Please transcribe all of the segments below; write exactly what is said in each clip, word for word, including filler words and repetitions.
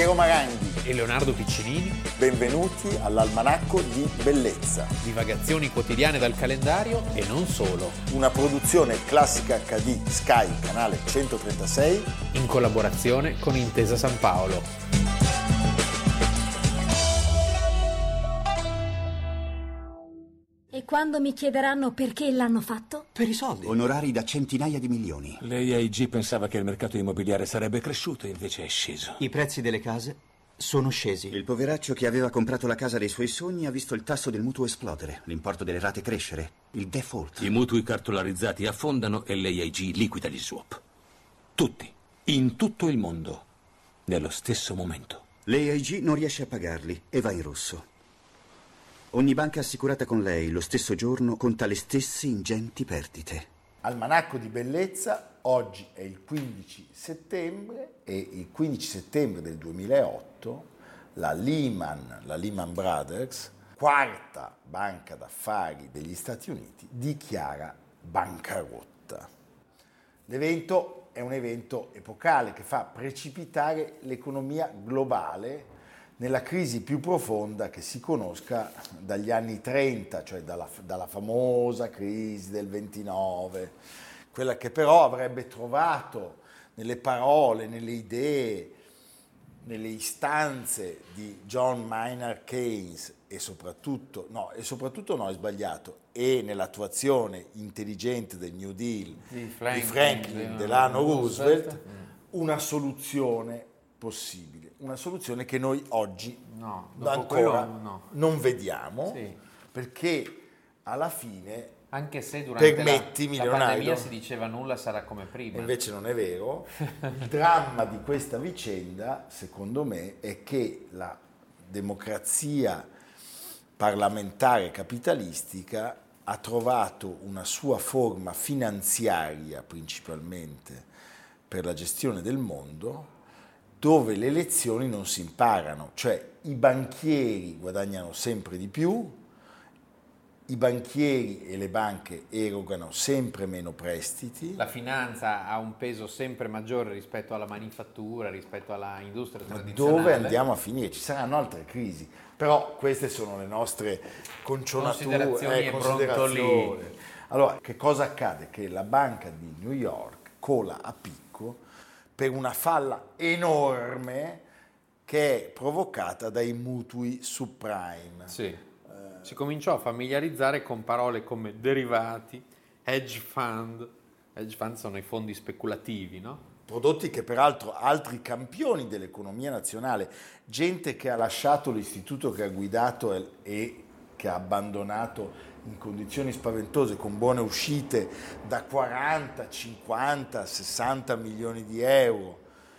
Piero Maranghi e Leonardo Piccinini. Benvenuti all'Almanacco di Bellezza. Divagazioni quotidiane dal calendario e non solo. Una produzione Classica acca di Sky, canale centotrentasei. In collaborazione con Intesa San Paolo. E quando mi chiederanno perché l'hanno fatto? Per i soldi. Onorari da centinaia di milioni. L'A I G pensava che il mercato immobiliare sarebbe cresciuto, invece è sceso. I prezzi delle case sono scesi. Il poveraccio che aveva comprato la casa dei suoi sogni ha visto il tasso del mutuo esplodere, l'importo delle rate crescere, il default. I mutui cartolarizzati affondano e l'A I G liquida gli swap. Tutti, in tutto il mondo, nello stesso momento. L'A I G non riesce a pagarli e va in rosso. Ogni banca assicurata con lei lo stesso giorno conta le stesse ingenti perdite. Almanacco di Bellezza, oggi è il quindici settembre e il quindici settembre del duemilaotto la Lehman, la Lehman Brothers, quarta banca d'affari degli Stati Uniti, dichiara bancarotta. L'evento è un evento epocale che fa precipitare l'economia globale nella crisi più profonda che si conosca dagli anni trenta, cioè dalla, dalla famosa crisi del ventinove, quella che però avrebbe trovato nelle parole, nelle idee, nelle istanze di John Maynard Keynes e soprattutto, no, e soprattutto no, è sbagliato, e nell'attuazione intelligente del New Deal di Franklin, di Franklin Delano Roosevelt, Roosevelt, una soluzione possibile. Una soluzione che noi oggi no, ancora no. non vediamo, sì. Perché alla fine, anche se durante permettimi, la, la Leonardo, pandemia si diceva nulla sarà come prima. Invece non è vero. Il dramma di questa vicenda, secondo me, è che la democrazia parlamentare capitalistica ha trovato una sua forma finanziaria principalmente per la gestione del mondo, dove le lezioni non si imparano, cioè i banchieri guadagnano sempre di più, i banchieri e le banche erogano sempre meno prestiti. La finanza ha un peso sempre maggiore rispetto alla manifattura, rispetto alla industria tradizionale. Dove andiamo a finire? Ci saranno altre crisi, però queste sono le nostre concionature, considerazioni eh, e considerazioni. Allora, che cosa accade? Che la banca di New York cola a picco per una falla enorme che è provocata dai mutui subprime. Sì. Eh, si cominciò a familiarizzare con parole come derivati, hedge fund. Hedge fund sono i fondi speculativi, no? Prodotti che peraltro altri campioni dell'economia nazionale, gente che ha lasciato l'istituto che ha guidato e, e che ha abbandonato in condizioni spaventose, con buone uscite da quaranta, cinquanta, sessanta milioni di euro,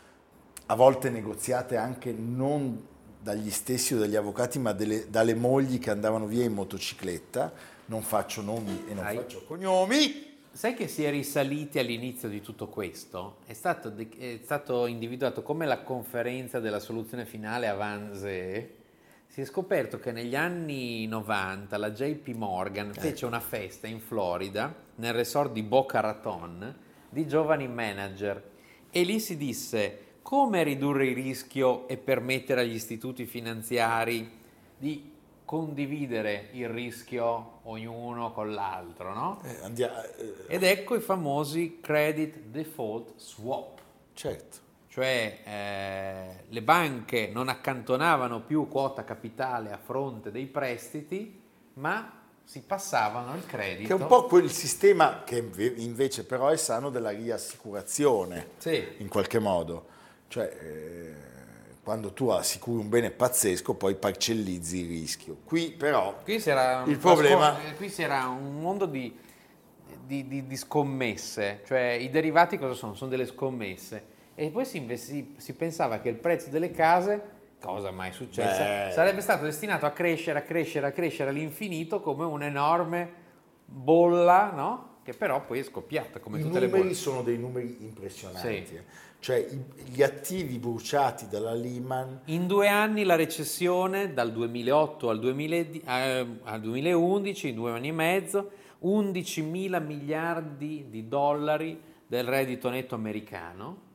a volte negoziate anche non dagli stessi o dagli avvocati, ma delle, dalle mogli che andavano via in motocicletta. Non faccio nomi e non Hai. faccio cognomi. Sai che si è risaliti all'inizio di tutto questo? È stato, è stato individuato come la conferenza della soluzione finale a Wannsee. Si è scoperto che negli anni novanta la J P Morgan ecco. fece una festa in Florida, nel resort di Boca Raton, di giovani manager, e lì si disse come ridurre il rischio e permettere agli istituti finanziari di condividere il rischio ognuno con l'altro, no? Eh, andiamo, eh. Ed ecco i famosi credit default swap. Certo. Cioè eh, le banche non accantonavano più quota capitale a fronte dei prestiti, ma si passavano il credito. Che è un po' quel sistema che invece però è sano della riassicurazione, sì. in qualche modo. Cioè eh, quando tu assicuri un bene pazzesco poi parcellizzi il rischio. Qui però qui si era il problema... Scom- qui si era un mondo di, di, di, di scommesse, cioè i derivati cosa sono? Sono delle scommesse. E poi si, investi, si pensava che il prezzo delle case, cosa mai successa, Beh. sarebbe stato destinato a crescere, a crescere, a crescere all'infinito come un'enorme bolla, no? Che però poi è scoppiata come I tutte le bolle. I numeri sono dei numeri impressionanti. Sì. Cioè i, gli attivi bruciati dalla Lehman. In due anni la recessione, dal duemilaotto al, duemila, eh, al duemilaundici, in due anni e mezzo, undicimila miliardi di dollari del reddito netto americano.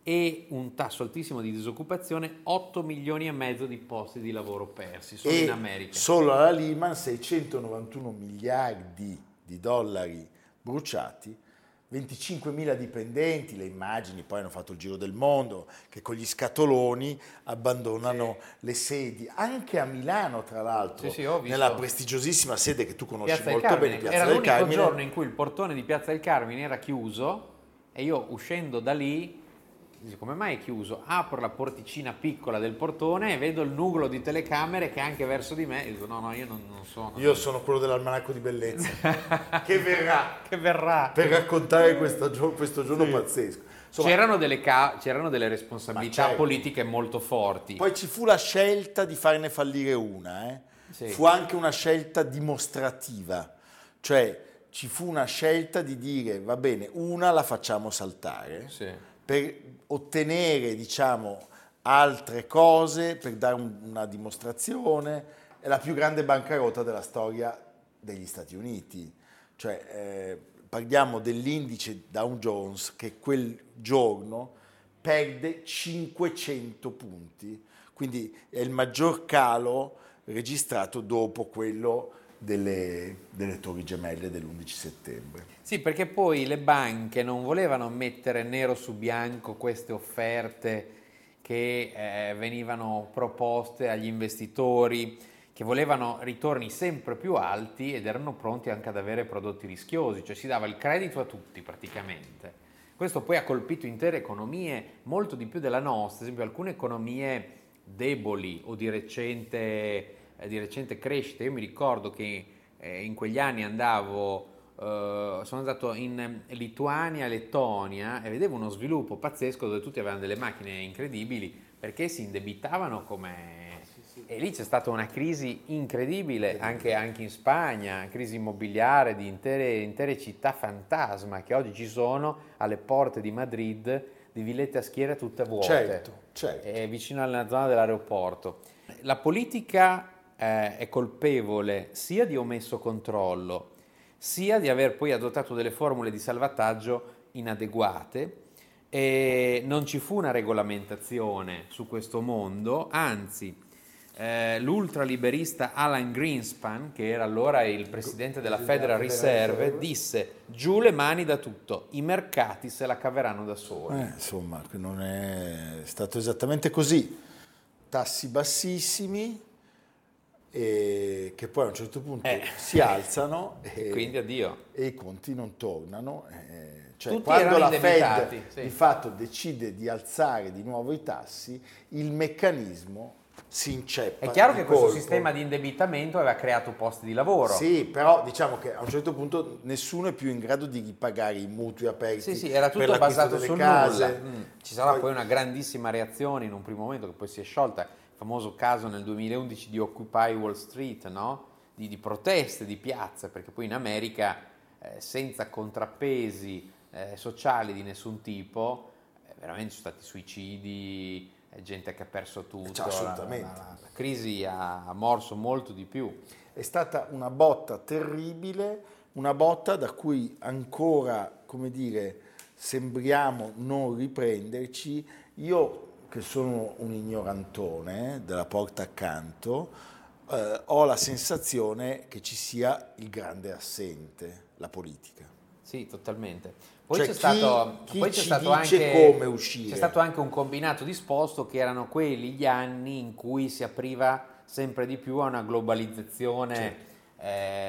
e un tasso altissimo di disoccupazione, otto milioni e mezzo di posti di lavoro persi solo e in America. Solo alla Lehman seicentonovantuno miliardi di dollari bruciati, venticinquemila dipendenti, le immagini poi hanno fatto il giro del mondo, che con gli scatoloni abbandonano sì. le sedi, anche a Milano tra l'altro, sì, sì, nella prestigiosissima sede che tu conosci Piazza molto bene, Piazza era del l'unico Carmine. giorno in cui il portone di Piazza del Carmine era chiuso e io uscendo da lì, dico, come mai è chiuso? Apro la porticina piccola del portone e vedo il nugolo di telecamere che è anche verso di me e dico no no io non, non sono. Io sono quello dell'almanacco di bellezza che verrà che verrà per raccontare questo giorno, questo giorno sì. pazzesco. Insomma, c'erano, delle ca- c'erano delle responsabilità certo. politiche molto forti. Poi ci fu la scelta di farne fallire una, eh? sì. fu anche una scelta dimostrativa, cioè ci fu una scelta di dire va bene, una la facciamo saltare sì. per ottenere, diciamo, altre cose, per dare un, una dimostrazione. È la più grande bancarotta della storia degli Stati Uniti. Cioè, eh, parliamo dell'indice Dow Jones che quel giorno perde cinquecento punti, quindi è il maggior calo registrato dopo quello Delle, delle Torri Gemelle dell'undici settembre. Sì, perché poi le banche non volevano mettere nero su bianco queste offerte che eh, venivano proposte agli investitori, che volevano ritorni sempre più alti ed erano pronti anche ad avere prodotti rischiosi, cioè si dava il credito a tutti praticamente. Questo poi ha colpito intere economie, molto di più della nostra, ad esempio alcune economie deboli o di recente di recente crescita. Io mi ricordo che eh, in quegli anni andavo, eh, sono andato in Lituania, Lettonia e vedevo uno sviluppo pazzesco dove tutti avevano delle macchine incredibili perché si indebitavano come... Sì, sì. E lì c'è stata una crisi incredibile anche, anche in Spagna, crisi immobiliare di intere, intere città fantasma che oggi ci sono alle porte di Madrid, di villette a schiera tutte vuote, certo, certo. Eh, vicino alla zona dell'aeroporto. La politica Eh, è colpevole sia di omesso controllo, sia di aver poi adottato delle formule di salvataggio inadeguate. E non ci fu una regolamentazione su questo mondo, anzi eh, l'ultraliberista Alan Greenspan, che era allora il presidente della Federal Reserve, disse giù le mani da tutto, i mercati se la caveranno da soli. Eh, insomma, non è stato esattamente così. Tassi bassissimi, e che poi a un certo punto eh. si alzano e, quindi addio. e i conti non tornano. Eh, cioè Tutti quando la Fed sì. di fatto decide di alzare di nuovo i tassi, il meccanismo si inceppa. È chiaro che colpo. questo sistema di indebitamento aveva creato posti di lavoro. Sì, però diciamo che a un certo punto nessuno è più in grado di ripagare i mutui aperti. Sì, sì, era tutto basato sul nulla. Mm. Ci sarà poi... poi una grandissima reazione in un primo momento che poi si è sciolta. Il famoso caso nel duemilaundici di Occupy Wall Street, no? di, di proteste di piazza, perché poi in America eh, senza contrappesi eh, sociali di nessun tipo, eh, veramente sono stati suicidi, eh, gente che ha perso tutto, cioè, assolutamente. La, la, la crisi ha, ha morso molto di più. È stata una botta terribile, una botta da cui ancora, come dire, sembriamo non riprenderci. Io che sono un ignorantone della porta accanto, eh, ho la sensazione che ci sia il grande assente, la politica. Sì, totalmente. Poi cioè c'è chi, stato, chi poi c'è ci stato dice anche, come uscire. C'è stato anche un combinato disposto che erano quelli gli anni in cui si apriva sempre di più a una globalizzazione certo.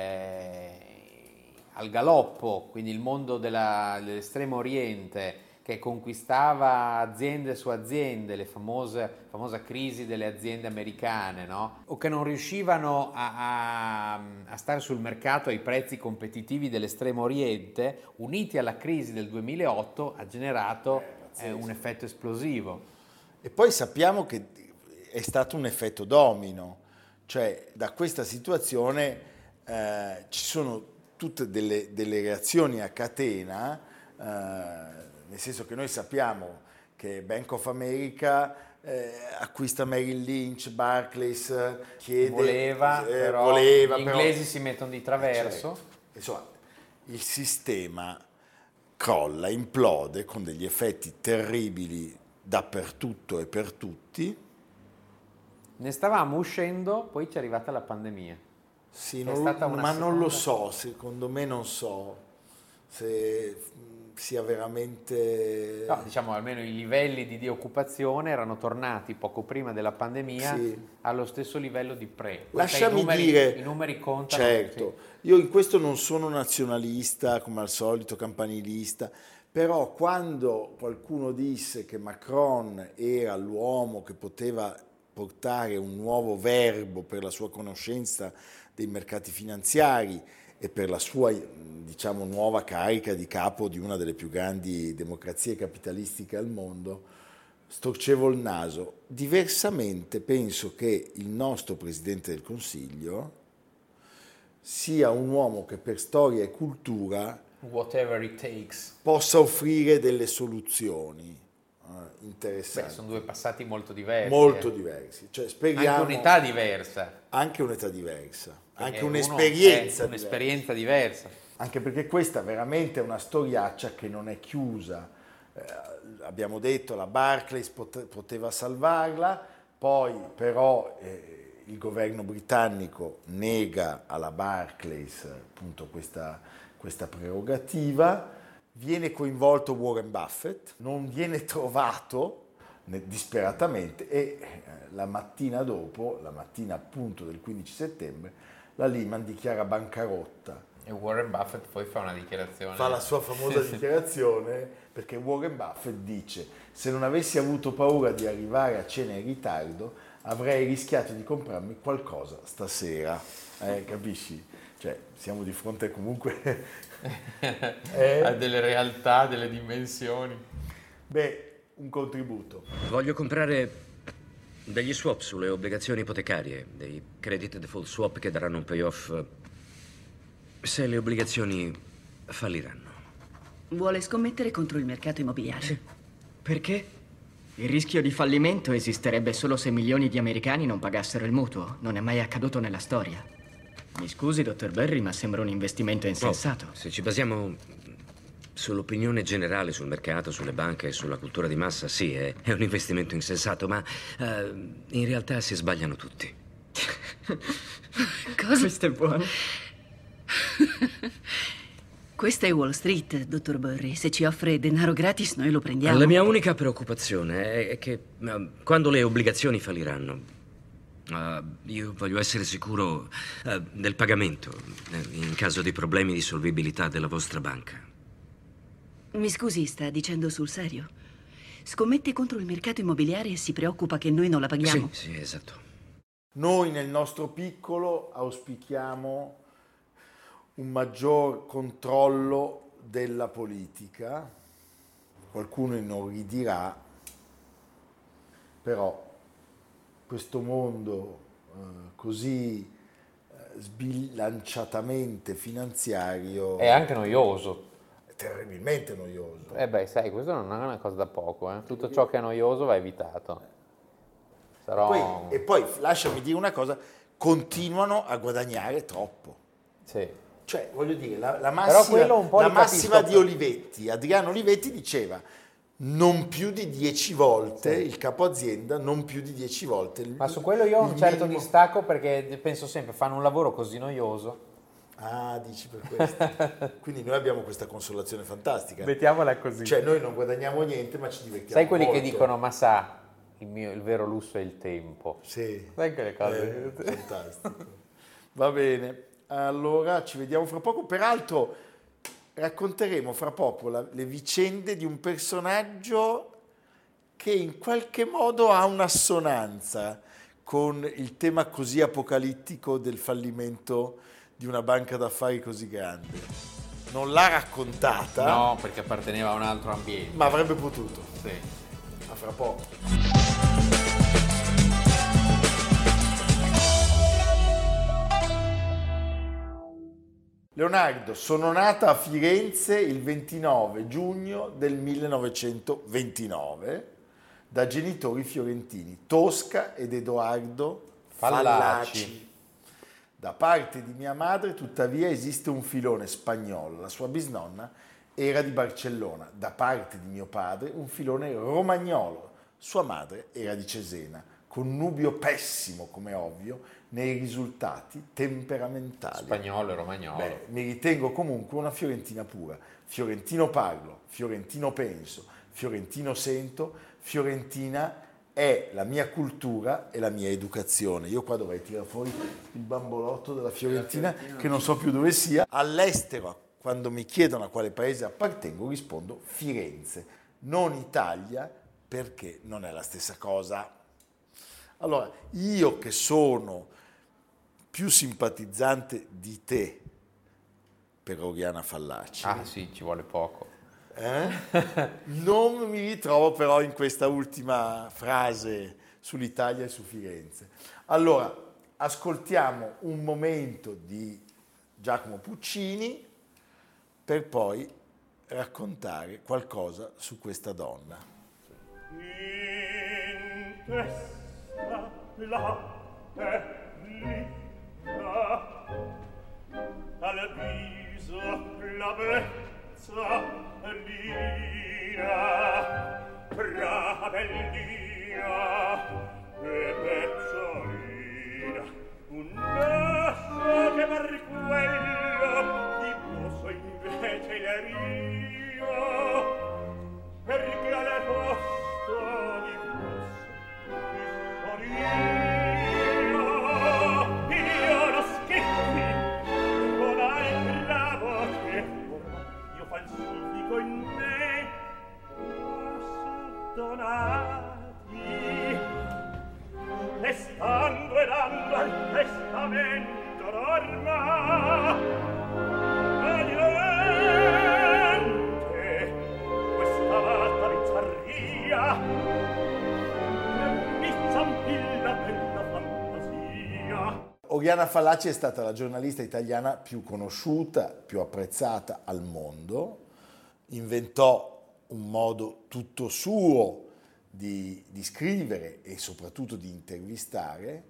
eh, al galoppo, quindi il mondo della, dell'estremo oriente che conquistava aziende su aziende, le famose famosa crisi delle aziende americane, no? O che non riuscivano a, a, a stare sul mercato ai prezzi competitivi dell'estremo oriente, uniti alla crisi del duemilaotto, ha generato eh, un effetto esplosivo. E poi sappiamo che è stato un effetto domino, cioè da questa situazione eh, ci sono tutte delle, delle reazioni a catena, eh, nel senso che noi sappiamo che Bank of America eh, acquista Merrill Lynch, Barclays, chiede... Voleva, eh, però voleva, gli però, inglesi si mettono di traverso. Cioè, insomma, il sistema crolla, implode con degli effetti terribili dappertutto e per tutti. Ne stavamo uscendo, poi ci è arrivata la pandemia. Sì, È non, stata una ma non lo seconda- so, secondo me non so se sia veramente... No, diciamo almeno i livelli di, di occupazione erano tornati poco prima della pandemia Sì. allo stesso livello di pre. Perché Lasciami i numeri, dire, i numeri contano. certo, io in questo non sono nazionalista, come al solito, campanilista, però quando qualcuno disse che Macron era l'uomo che poteva portare un nuovo verbo per la sua conoscenza dei mercati finanziari e per la sua, diciamo, nuova carica di capo di una delle più grandi democrazie capitalistiche al mondo, storcevo il naso. Diversamente penso che il nostro Presidente del Consiglio sia un uomo che per storia e cultura Whatever it takes. possa offrire delle soluzioni eh, interessanti. Beh, sono due passati molto diversi. molto eh. diversi. Cioè, speriamo, Anche un'età diversa. anche un'età diversa, anche Perché uno un'esperienza è diversa. un'esperienza diversa. Anche perché questa veramente è una storiaccia che non è chiusa. Eh, abbiamo detto la Barclays pot- poteva salvarla, poi però eh, il governo britannico nega alla Barclays appunto questa, questa prerogativa, viene coinvolto Warren Buffett, non viene trovato ne- disperatamente e eh, la mattina dopo, la mattina appunto del quindici settembre, la Lehman dichiara bancarotta. E Warren Buffett poi fa una dichiarazione. Fa la sua famosa dichiarazione perché Warren Buffett dice: se non avessi avuto paura di arrivare a cena in ritardo avrei rischiato di comprarmi qualcosa stasera. Eh, capisci? Cioè, siamo di fronte comunque eh, Ha delle realtà, delle dimensioni. beh, un contributo. Voglio comprare degli swap sulle obbligazioni ipotecarie, dei credit default swap che daranno un payoff se le obbligazioni falliranno. Vuole scommettere contro il mercato immobiliare? Sì. Perché? Il rischio di fallimento esisterebbe solo se milioni di americani non pagassero il mutuo. Non è mai accaduto nella storia. Mi scusi, dottor Berry, ma sembra un investimento insensato. No, se ci basiamo sull'opinione generale, sul mercato, sulle banche e sulla cultura di massa, sì, è, è un investimento insensato, ma eh, in realtà si sbagliano tutti. Cosa? Questo è buono. Questa è Wall Street, dottor Burry. Se ci offre denaro gratis, noi lo prendiamo. La mia unica preoccupazione è, è che eh, quando le obbligazioni falliranno, eh, io voglio essere sicuro eh, del pagamento eh, in caso di problemi di solvibilità della vostra banca. Mi scusi, sta dicendo sul serio? Scommette contro il mercato immobiliare e si preoccupa che noi non la paghiamo? Sì, sì, esatto. Noi nel nostro piccolo auspichiamo un maggior controllo della politica. Qualcuno inorridirà, però questo mondo eh, così eh, sbilanciatamente finanziario È anche noioso. è terribilmente noioso. Eh beh, sai, questo non è una cosa da poco, eh. Tutto ciò che è noioso va evitato. Sarò... Poi- e poi lasciami dire una cosa, continuano a guadagnare troppo. Sì. Cioè, voglio dire, la, la Però massima, quello un po' la li massima capisco. di Olivetti, Adriano Olivetti diceva non più di dieci volte, il capo azienda, non più di dieci volte. il- Ma su quello io ho un il certo minimo- distacco perché penso sempre, fanno un lavoro così noioso. Ah, dici per questo. Quindi noi abbiamo questa consolazione fantastica. Mettiamola così. Cioè, noi non guadagniamo niente, ma ci divertiamo Sai quelli che molto. dicono, ma sa, il, mio, il vero lusso è il tempo. Sì. Sai quelle cose? Eh, fantastico. Va bene. Allora ci vediamo fra poco. Peraltro racconteremo fra poco la- le vicende di un personaggio che in qualche modo ha un'assonanza con il tema così apocalittico del fallimento di una banca d'affari così grande. Non l'ha raccontata, No, perché apparteneva a un altro ambiente. ma avrebbe potuto. Sì. A fra poco. Leonardo, sono nata a Firenze il ventinove giugno del millenovecentoventinove da genitori fiorentini, Tosca ed Edoardo Fallaci. Fallaci. Da parte di mia madre, tuttavia, esiste un filone spagnolo. La sua bisnonna era di Barcellona. Da parte di mio padre, un filone romagnolo. Sua madre era di Cesena, connubio pessimo, come ovvio, nei risultati temperamentali. Spagnolo e romagnolo. Beh, mi ritengo comunque una fiorentina pura. Fiorentino parlo, fiorentino penso, fiorentino sento, fiorentina è la mia cultura e la mia educazione. Io qua dovrei tirare fuori il bambolotto della Fiorentina, che non so più dove sia. All'estero, quando mi chiedono a quale paese appartengo, rispondo Firenze, non Italia, perché non è la stessa cosa. Allora, io che sono più simpatizzante di te per Oriana Fallaci. Ah sì, ci vuole poco. Eh? Non mi ritrovo però in questa ultima frase sull'Italia e su Firenze. Allora, ascoltiamo un momento di Giacomo Puccini per poi raccontare qualcosa su questa donna. In testa la bellina, al viso la brezza Lina, tra bellina e pezzolina, un naso che per quello di busso invece il rio, perché alle posto di busso di sorio, io lo schiffi con altra voce, io falsifico in me donati, e stando e dando al testamento norma a niente questa vatta bizzarria che mi zampilla della fantasia. Oriana Fallaci è stata la giornalista italiana più conosciuta, più apprezzata al mondo, inventò un modo tutto suo di, di scrivere e soprattutto di intervistare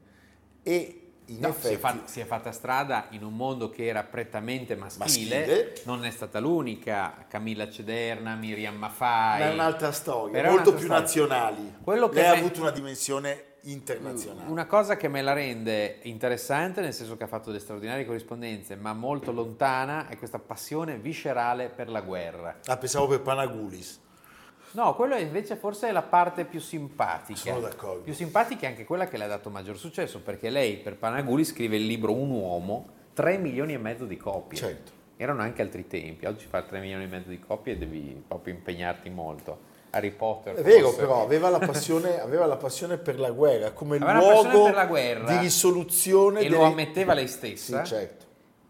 e in No, effetti si, è fatta, si è fatta strada in un mondo che era prettamente maschile, Maschile. non è stata l'unica, Camilla Cederna, Miriam Maffei. ma è un'altra storia, Però è molto un'altra più storia. nazionali. Quello che Lei ha me- avuto una dimensione internazionale. Una cosa che me la rende interessante, nel senso che ha fatto delle straordinarie corrispondenze, ma molto lontana, è questa passione viscerale per la guerra. Ah, pensavo per Panagoulis. No, quello è invece forse è la parte più simpatica. Sono d'accordo. Più simpatica è anche quella che le ha dato maggior successo, perché lei per Panagoulis scrive il libro Un uomo, tre milioni e mezzo di copie. Certo. Erano anche altri tempi, oggi fare tre milioni e mezzo di copie devi proprio impegnarti molto. Harry Potter. È vero, forse. però aveva la passione, aveva la passione per la guerra come Aveva una passione luogo per la guerra, di risoluzione e delle... lo ammetteva lei stessa. Sì, certo.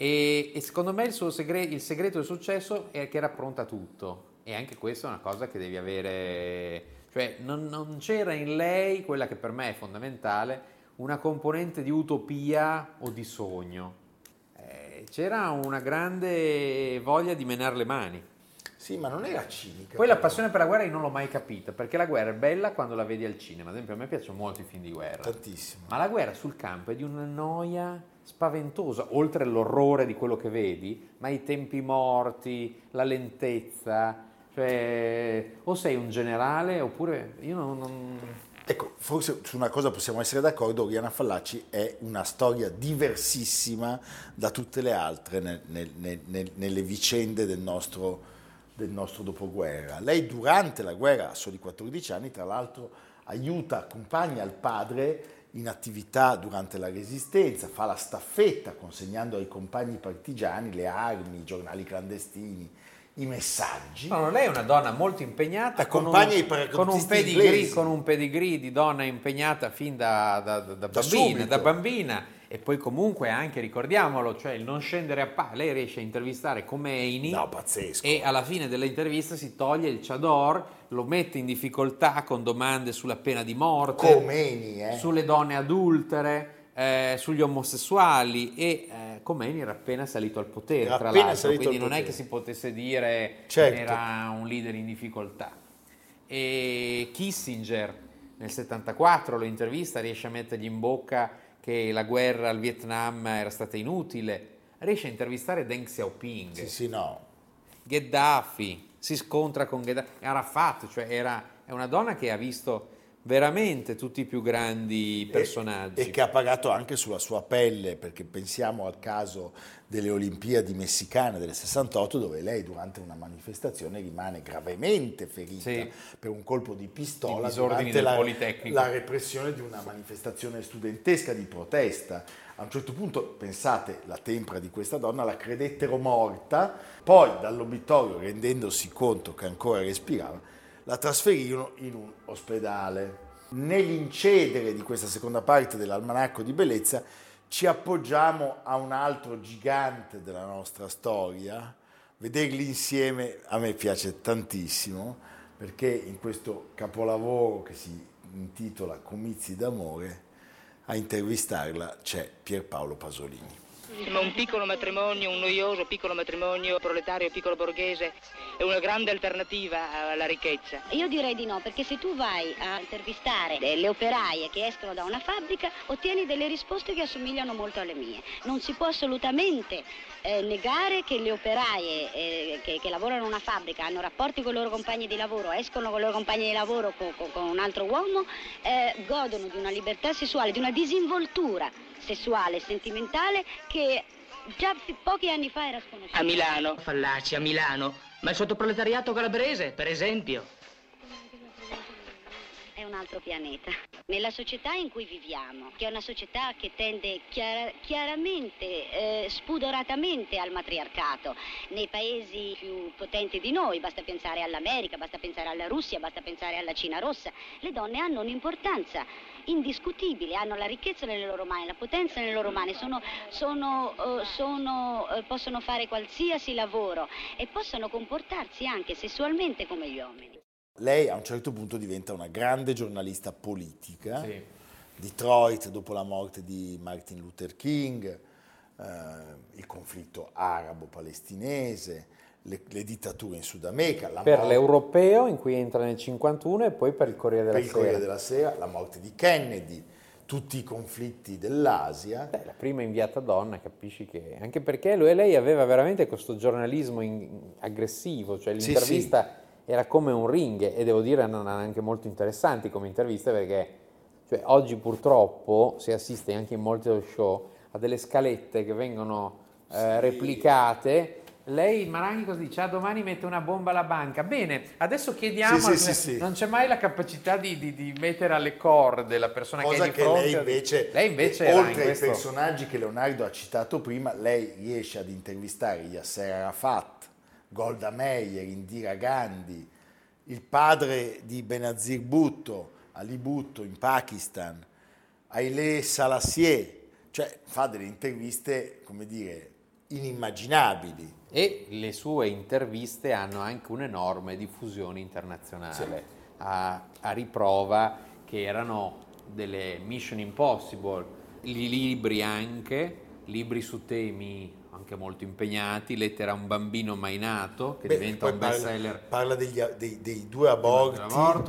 E, e secondo me il, suo segre- il segreto del successo è che era pronta a tutto. E anche questa è una cosa che devi avere, cioè non, non c'era in lei, quella che per me è fondamentale, una componente di utopia o di sogno. Eh, c'era una grande voglia di menare le mani. Sì, ma non era cinica. Poi la però. passione per la guerra io non l'ho mai capita, perché la guerra è bella quando la vedi al cinema. Ad esempio a me piacciono molto i film di guerra. Tantissimo. Ma la guerra sul campo è di una noia spaventosa, oltre all'orrore di quello che vedi, ma i tempi morti, la lentezza, cioè o sei un generale oppure io non... non... Ecco, forse su una cosa possiamo essere d'accordo, Oriana Fallaci è una storia diversissima da tutte le altre nel, nel, nel, nelle vicende del nostro, del nostro dopoguerra. Lei durante la guerra, a soli quattordici anni, tra l'altro aiuta, accompagna il padre in attività durante la Resistenza, fa la staffetta consegnando ai compagni partigiani le armi, i giornali clandestini, i messaggi. No, no, lei è una donna molto impegnata, Accompagna i con un, con, un paracautisti pedigree, inglesi. con un pedigree di donna impegnata fin da, da, da, da Da bambina, subito. da bambina, e poi comunque anche, ricordiamolo, cioè il non scendere a palla. Lei riesce a intervistare Khomeini, No, pazzesco. e alla fine dell'intervista si toglie il chador, lo mette in difficoltà con domande sulla pena di morte, Khomeini, eh. sulle donne adultere, eh, sugli omosessuali, e eh, Khomeini era appena salito al potere, Era tra appena l'altro, salito quindi al non è potere. che si potesse dire Certo. era un leader in difficoltà. E Kissinger nel settantaquattro lo intervista, riesce a mettergli in bocca che la guerra al Vietnam era stata inutile, riesce a intervistare Deng Xiaoping, Sì, sì, no. Gheddafi, si scontra con Gheddafi, Arafat, cioè era, è una donna che ha visto veramente tutti i più grandi personaggi. E, e che ha pagato anche sulla sua pelle, perché pensiamo al caso delle Olimpiadi messicane del sessantotto, dove lei durante una manifestazione rimane gravemente ferita sì. per un colpo di pistola I disordini durante del la, Politecnico. la repressione di una manifestazione studentesca di protesta. A un certo punto, pensate, la tempra di questa donna la credettero morta, poi dall'obitorio, rendendosi conto che ancora respirava, la trasferirono in un ospedale. Nell'incedere di questa seconda parte dell'Almanacco di Bellezza ci appoggiamo a un altro gigante della nostra storia. Vederli insieme a me piace tantissimo, perché in questo capolavoro che si intitola Comizi d'amore, a intervistarla c'è Pierpaolo Pasolini. Ma un piccolo matrimonio, un noioso piccolo matrimonio proletario, piccolo borghese, è una grande alternativa alla ricchezza. Io direi di no, perché se tu vai a intervistare le operaie che escono da una fabbrica, ottieni delle risposte che assomigliano molto alle mie. Non si può assolutamente eh, negare che le operaie eh, che, che lavorano in una fabbrica hanno rapporti con i loro compagni di lavoro, escono con i loro compagni di lavoro con, con, con un altro uomo, eh, godono di una libertà sessuale, di una disinvoltura sessuale e sentimentale che già pochi anni fa era sconosciuta. A Milano, Fallaci, a Milano, ma il sottoproletariato calabrese, per esempio. È un altro pianeta. Nella società in cui viviamo, che è una società che tende chiara, chiaramente, eh, spudoratamente al matriarcato, nei paesi più potenti di noi, basta pensare all'America, basta pensare alla Russia, basta pensare alla Cina rossa, le donne hanno un'importanza indiscutibile, hanno la ricchezza nelle loro mani, la potenza nelle loro mani, sono, sono, uh, sono, uh, possono fare qualsiasi lavoro e possono comportarsi anche sessualmente come gli uomini. Lei a un certo punto diventa una grande giornalista politica. Sì. Detroit dopo la morte di Martin Luther King, eh, il conflitto arabo-palestinese, le, le dittature in Sud America. La per morte, l'Europeo, in cui entra nel cinquantuno, e poi per il Corriere della per il Sera. Corriere della Sera, la morte di Kennedy, tutti i conflitti dell'Asia. Beh, la prima inviata donna, capisci che... Anche perché lui e lei aveva veramente questo giornalismo in, aggressivo, cioè l'intervista... Sì, sì. Era come un ring, e devo dire erano anche molto interessanti come interviste, perché cioè, oggi purtroppo si assiste anche in molti show a delle scalette che vengono eh, sì. replicate. Lei, Maranghi, cosa dice? Ah, domani mette una bomba alla banca. Bene, adesso chiediamo, sì, sì, sì, sì. non c'è mai la capacità di, di, di mettere alle corde la persona cosa che è di fronte. Lei invece, lei invece oltre ai questo... personaggi che Leonardo ha citato prima, lei riesce ad intervistare Yasser Arafat, Golda Meir, Indira Gandhi, il padre di Benazir Bhutto, Ali Bhutto in Pakistan, Haile Selassie, cioè fa delle interviste, come dire, inimmaginabili. E le sue interviste hanno anche un'enorme diffusione internazionale, sì. a, a riprova che erano delle Mission Impossible, i libri anche, libri su temi anche molto impegnati, Lettera a un bambino mai nato, che Beh, diventa un best seller. Parla degli, dei, dei due aborti.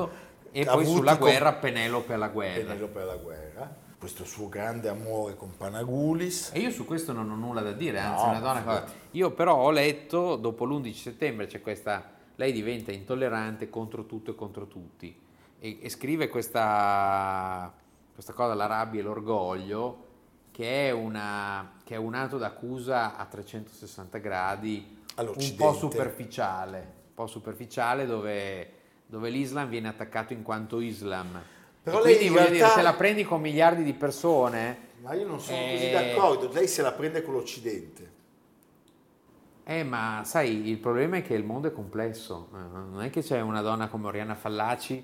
E poi sulla guerra, con... Penelope alla guerra. Penelope alla guerra. Questo suo grande amore con Panagulis. E io su questo non ho nulla da dire, anzi no, una donna cosa... Io però ho letto, dopo l'undici settembre c'è questa... Lei diventa intollerante contro tutto e contro tutti. E, e scrive questa, questa cosa, la rabbia e l'orgoglio, che è, una, che è un atto d'accusa a trecentosessanta gradi, un po' superficiale, un po' superficiale dove, dove l'Islam viene attaccato in quanto Islam. Però quindi lei voglio realtà... dire, se la prendi con miliardi di persone... Ma io non sono eh... così d'accordo, lei se la prende con l'Occidente. Eh, ma sai, il problema è che il mondo è complesso, non è che c'è una donna come Oriana Fallaci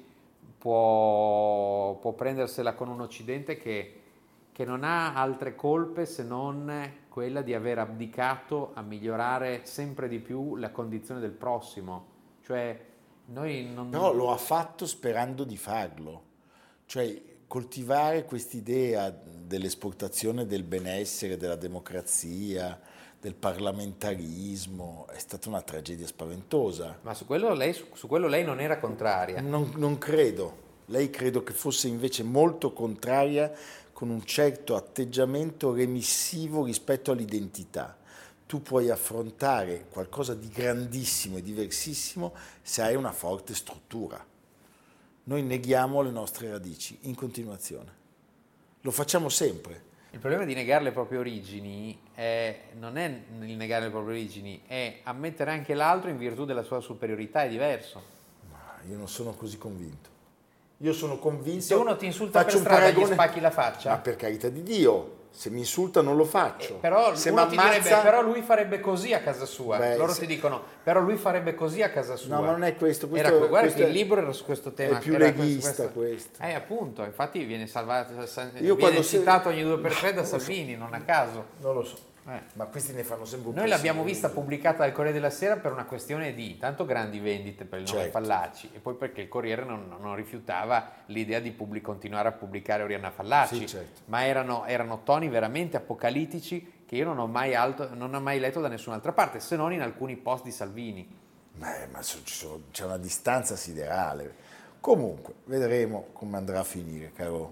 può, può prendersela con un Occidente che... che non ha altre colpe se non quella di aver abdicato a migliorare sempre di più la condizione del prossimo. Cioè, noi non... Però lo ha fatto sperando di farlo. Cioè, coltivare quest'idea dell'esportazione del benessere, della democrazia, del parlamentarismo, è stata una tragedia spaventosa. Ma su quello lei, su, su quello lei non era contraria? Non, non credo. Lei credo che fosse invece molto contraria, con un certo atteggiamento remissivo rispetto all'identità. Tu puoi affrontare qualcosa di grandissimo e diversissimo se hai una forte struttura. noi neghiamo le nostre radici in continuazione. Lo facciamo sempre. Il problema di negare le proprie origini è, non è il negare le proprie origini, è ammettere anche l'altro in virtù della sua superiorità, è diverso. Ma io non sono così convinto. Io sono convinto... Se uno ti insulta per strada paragone... gli spacchi la faccia? Ma per carità di Dio, se mi insulta non lo faccio. Eh, però, se uno ti m'ammazza... direbbe, però lui farebbe così a casa sua. Beh, Loro se... ti dicono, però lui farebbe così a casa sua. No, ma non è questo. questo era, guarda questo che è... il libro era su questo tema. È più era leghista questo, questo. Eh, appunto, infatti viene salvato, Io viene se... citato ogni due per tre da Salvini, non a caso. Non lo so. Eh. Ma questi ne fanno sempre un po'. Noi l'abbiamo vista pubblicata dal Corriere della Sera per una questione di tanto grandi vendite per il nome certo. Fallaci e poi perché il Corriere non, non rifiutava l'idea di pubblic- continuare a pubblicare Oriana Fallaci, sì, certo. ma erano, erano toni veramente apocalittici che io non ho mai, alto, non ho mai letto da nessun'altra parte, se non in alcuni post di Salvini. Beh, ma so, so, c'è una distanza siderale. Comunque, vedremo come andrà a finire, caro,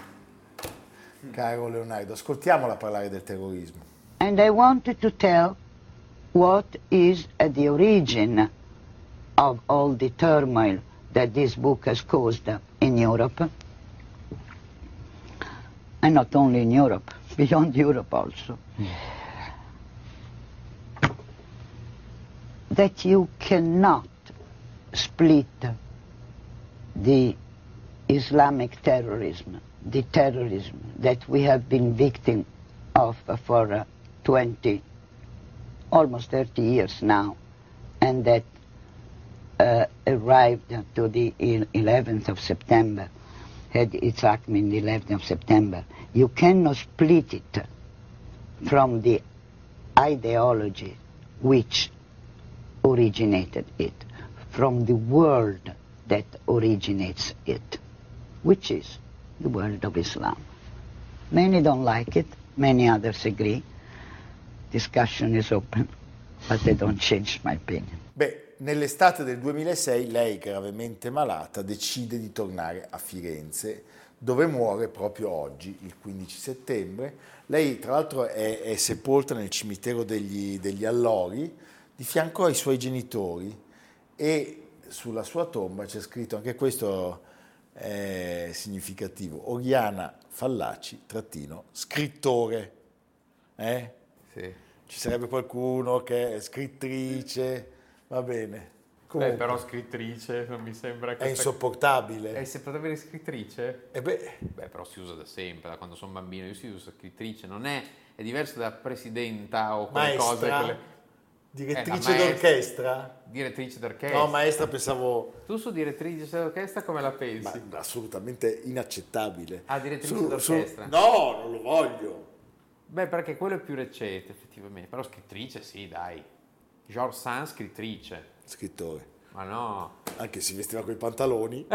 caro Leonardo. Ascoltiamola parlare del terrorismo. And I wanted to tell what is at the origin of all the turmoil that this book has caused in Europe, and not only in Europe, beyond Europe also. Mm. That you cannot split the Islamic terrorism, the terrorism that we have been victim of for uh, twenty, almost thirty years now, and that uh, arrived to the eleventh of September, had its acme in the eleventh of September. You cannot split it from the ideology which originated it, from the world that originates it, which is the world of Islam. Many don't like it, many others agree. Discussion is open, but they don't change my opinion. Beh, nell'estate del duemilasei lei, gravemente malata, decide di tornare a Firenze, dove muore proprio oggi, il quindici settembre. Lei, tra l'altro, è, è sepolta nel cimitero degli, degli Allori, di fianco ai suoi genitori, e sulla sua tomba c'è scritto, anche questo è significativo, Oriana Fallaci, trattino, scrittore. Eh? Sì. Ci sarebbe qualcuno che è scrittrice, va bene. Comunque, beh, però scrittrice non mi sembra che... È insopportabile. È insopportabile scrittrice? Eh beh. beh, però si usa da sempre, da quando sono bambino. Io si uso scrittrice, non è... È diverso da presidenta o quelle maestra, cose... Quelle... Direttrice eh, maestra, d'orchestra? Direttrice d'orchestra. No, maestra pensavo... Tu su direttrice d'orchestra come la pensi? Ma assolutamente inaccettabile. Ah, direttrice su, d'orchestra? Su... No, non lo voglio. Beh, perché quello è più recente, effettivamente. Però scrittrice, sì, dai. Georges Sand, scrittrice. Scrittore. Ma no. Anche si vestiva coi pantaloni.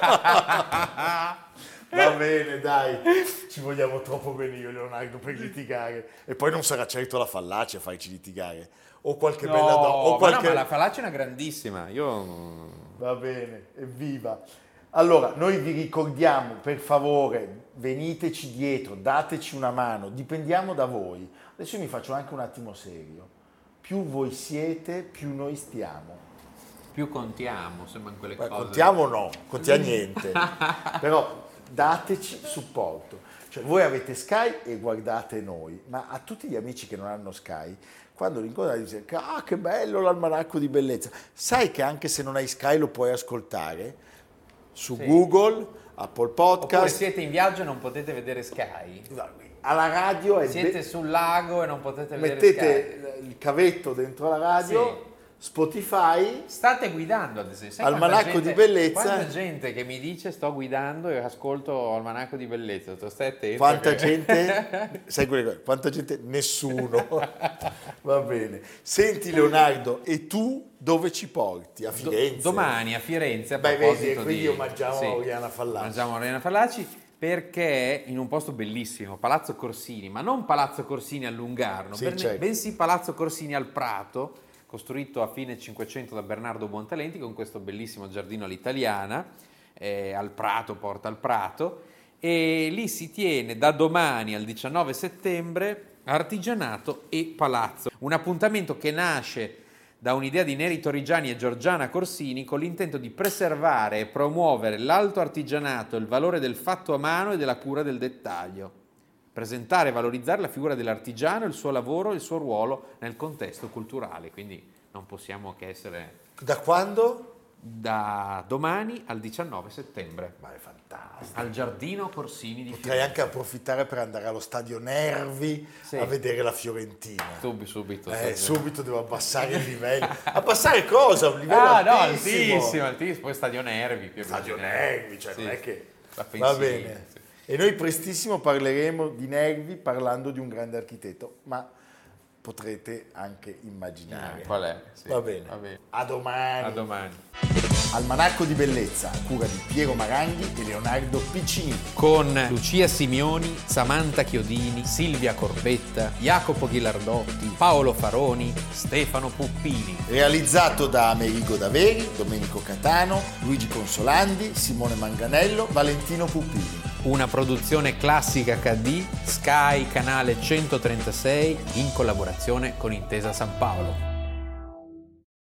Va bene, dai. Ci vogliamo troppo bene io e Leonardo per litigare. E poi non sarà certo la Fallaci a farci litigare. O qualche no, bella donna. O qualche... no, ma la Fallaci è una grandissima. Io... Va bene, evviva. Allora, noi vi ricordiamo, per favore, veniteci dietro, dateci una mano, dipendiamo da voi. Adesso io mi faccio anche un attimo serio. Più voi siete, più noi stiamo. Più contiamo, sembra in quelle Beh, cose. Contiamo no, contiamo niente. Però dateci supporto. Cioè, voi avete Sky e guardate noi, ma a tutti gli amici che non hanno Sky, quando li incontrate dicono, ah, che bello l'almanacco di bellezza. Sai che anche se non hai Sky lo puoi ascoltare su sì. Google, Apple Podcast. Oppure siete in viaggio e non potete vedere Sky. Alla radio è siete be- sul lago e non potete vedere mettete Sky. Mettete il cavetto dentro la radio. Sì. Spotify, state guidando ad esempio. Sai Almanacco gente, di bellezza. Quanta gente che mi dice sto guidando e ascolto Almanacco di bellezza, tu stai attento. Quanta che... gente, sai quelle cose, quanta gente? Nessuno. Va bene. Senti Leonardo, e tu dove ci porti? A Firenze? Do- domani a Firenze. A Beh, vedi, quindi di... omaggiamo sì, Oriana Fallaci. Omaggiamo Oriana Fallaci perché in un posto bellissimo, Palazzo Corsini, ma non Palazzo Corsini a Lungarno, sì, bene, certo. bensì Palazzo Corsini al Prato, costruito a fine Cinquecento da Bernardo Buontalenti, con questo bellissimo giardino all'italiana, eh, al Prato, porta al Prato, e lì si tiene da domani al diciannove settembre artigianato e palazzo, un appuntamento che nasce da un'idea di Neri Torrigiani e Giorgiana Corsini con l'intento di preservare e promuovere l'alto artigianato, il valore del fatto a mano e della cura del dettaglio. Presentare e valorizzare la figura dell'artigiano, il suo lavoro e il suo ruolo nel contesto culturale. Quindi non possiamo che essere... Da quando? Da domani al diciannove settembre. Ma è fantastico. Al Giardino Corsini di Potrei Firenze. anche approfittare per andare allo stadio Nervi Sì. a vedere la Fiorentina. Subito, subito. Eh, subito. subito devo abbassare il livello. Abbassare cosa? Un livello Ah, no, altissimo. altissimo, altissimo. Poi Stadio Nervi. Più Stadio che- Nervi, cioè Sì, non è sì. che... Va Va pensino, bene. sì. E noi prestissimo parleremo di Nervi parlando di un grande architetto, ma potrete anche immaginare. Eh, qual è? Sì, Va bene. va bene. A domani. A domani. Almanacco di bellezza, a cura di Piero Maranghi e Leonardo Piccini. Con Lucia Simioni, Samantha Chiodini, Silvia Corbetta, Jacopo Ghilardotti, Paolo Faroni, Stefano Puppini. Realizzato da Amerigo Daveri, Domenico Catano, Luigi Consolandi, Simone Manganello, Valentino Puppini. Una produzione Classica acca di, Sky, canale centotrentasei, in collaborazione con Intesa San Paolo.